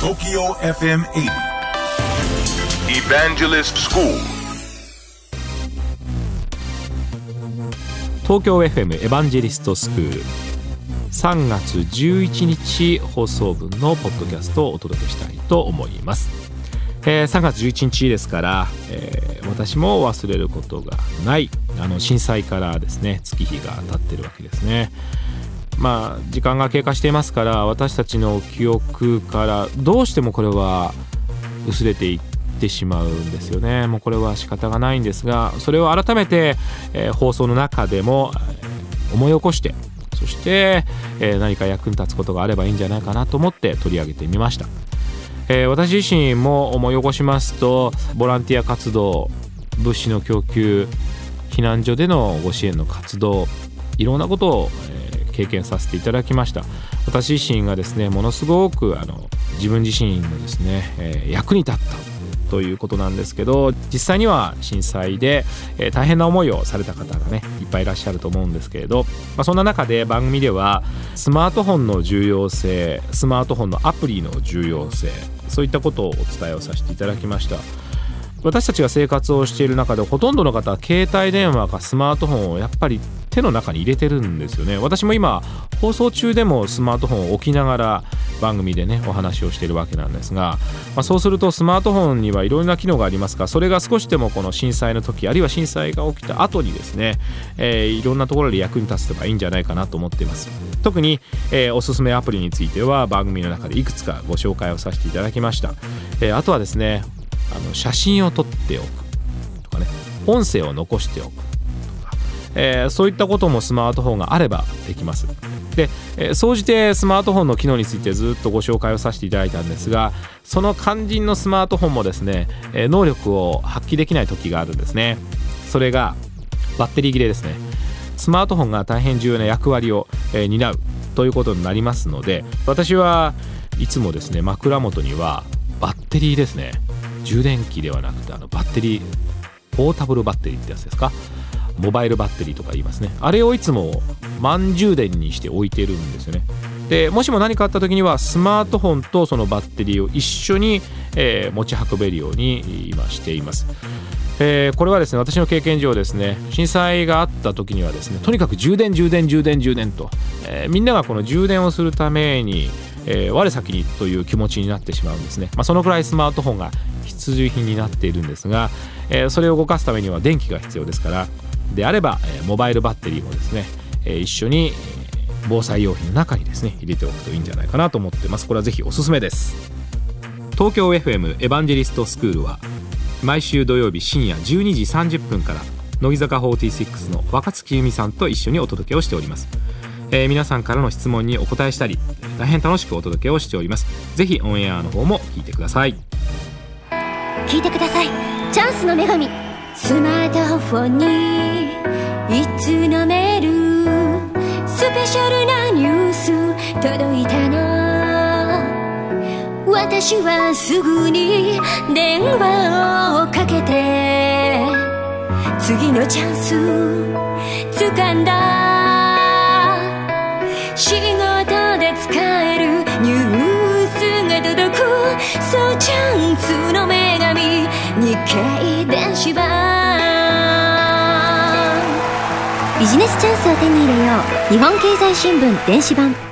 TOKYO FM 80 Evangelist School。 東京 FM エヴァンジェリストスクール3月11日放送分のポッドキャストをお届けしたいと思います。3月11日ですから、私も忘れることがない震災からですね、月日が経ってるわけですね。時間が経過していますから、私たちの記憶からどうしてもこれは薄れていってしまうんですよね。もうこれは仕方がないんですが、それを改めて、放送の中でも思い起こして、そして、何か役に立つことがあればいいんじゃないかなと思って取り上げてみました。私自身も思い起こしますと、ボランティア活動、物資の供給、避難所でのご支援の活動、いろんなことを、経験させていただきました。私自身がですね、ものすごく自分自身のですね、役に立ったということなんですけど、実際には震災で、大変な思いをされた方がね、いっぱいいらっしゃると思うんですけれど、そんな中で番組ではスマートフォンの重要性、スマートフォンのアプリの重要性、そういったことをお伝えをさせていただきました。私たちが生活をしている中で、ほとんどの方は携帯電話かスマートフォンをやっぱり手の中に入れてるんですよね。私も今放送中でもスマートフォンを置きながら番組でね、お話をしているわけなんですが、そうするとスマートフォンにはいろいろな機能がありますが、それが少しでもこの震災の時、あるいは震災が起きた後にですね、いろんなところで役に立つとばいいんじゃないかなと思っています。特に、おすすめアプリについては番組の中でいくつかご紹介をさせていただきました。あとはですね、写真を撮っておくとかね、音声を残しておくとか、そういったこともスマートフォンがあればできます。で、総じてスマートフォンの機能についてずっとご紹介をさせていただいたんですが、その肝心のスマートフォンもですね、能力を発揮できない時があるんですね。それがバッテリー切れですね。スマートフォンが大変重要な役割を、担うということになりますので、私はいつもですね、枕元にはバッテリーですね、充電器ではなくてバッテリー、ポータブルバッテリーってやつですか、モバイルバッテリーとか言いますね。あれをいつも満充電にして置いてるんですよね。で、もしも何かあった時にはスマートフォンとそのバッテリーを一緒に、持ち運べるように今しています。これはですね、私の経験上ですね、震災があった時にはですね、とにかく充電と、みんながこの充電をするために、我先にという気持ちになってしまうんですね。そのくらいスマートフォンが必需品になっているんですが、それを動かすためには電気が必要ですから、であればモバイルバッテリーもですね、一緒に防災用品の中にですね、入れておくといいんじゃないかなと思っています。これはぜひおすすめです。東京 FM エヴァンジェリストスクールは毎週土曜日深夜12時30分から乃木坂46の若月由美さんと一緒にお届けをしております。皆さんからの質問にお答えしたり、大変楽しくお届けをしております。ぜひオンエアの方も聞いてください。 聞いてください。チャンスの女神。スマートフォンにいつのメール、スペシャルなニュース届いたの。私はすぐに電話をかけて、次のチャンス掴んだ。仕事で使えるニュースが届く、そうチャンスの女神、日経電子版。ビジネスチャンスを手に入れよう、日本経済新聞電子版。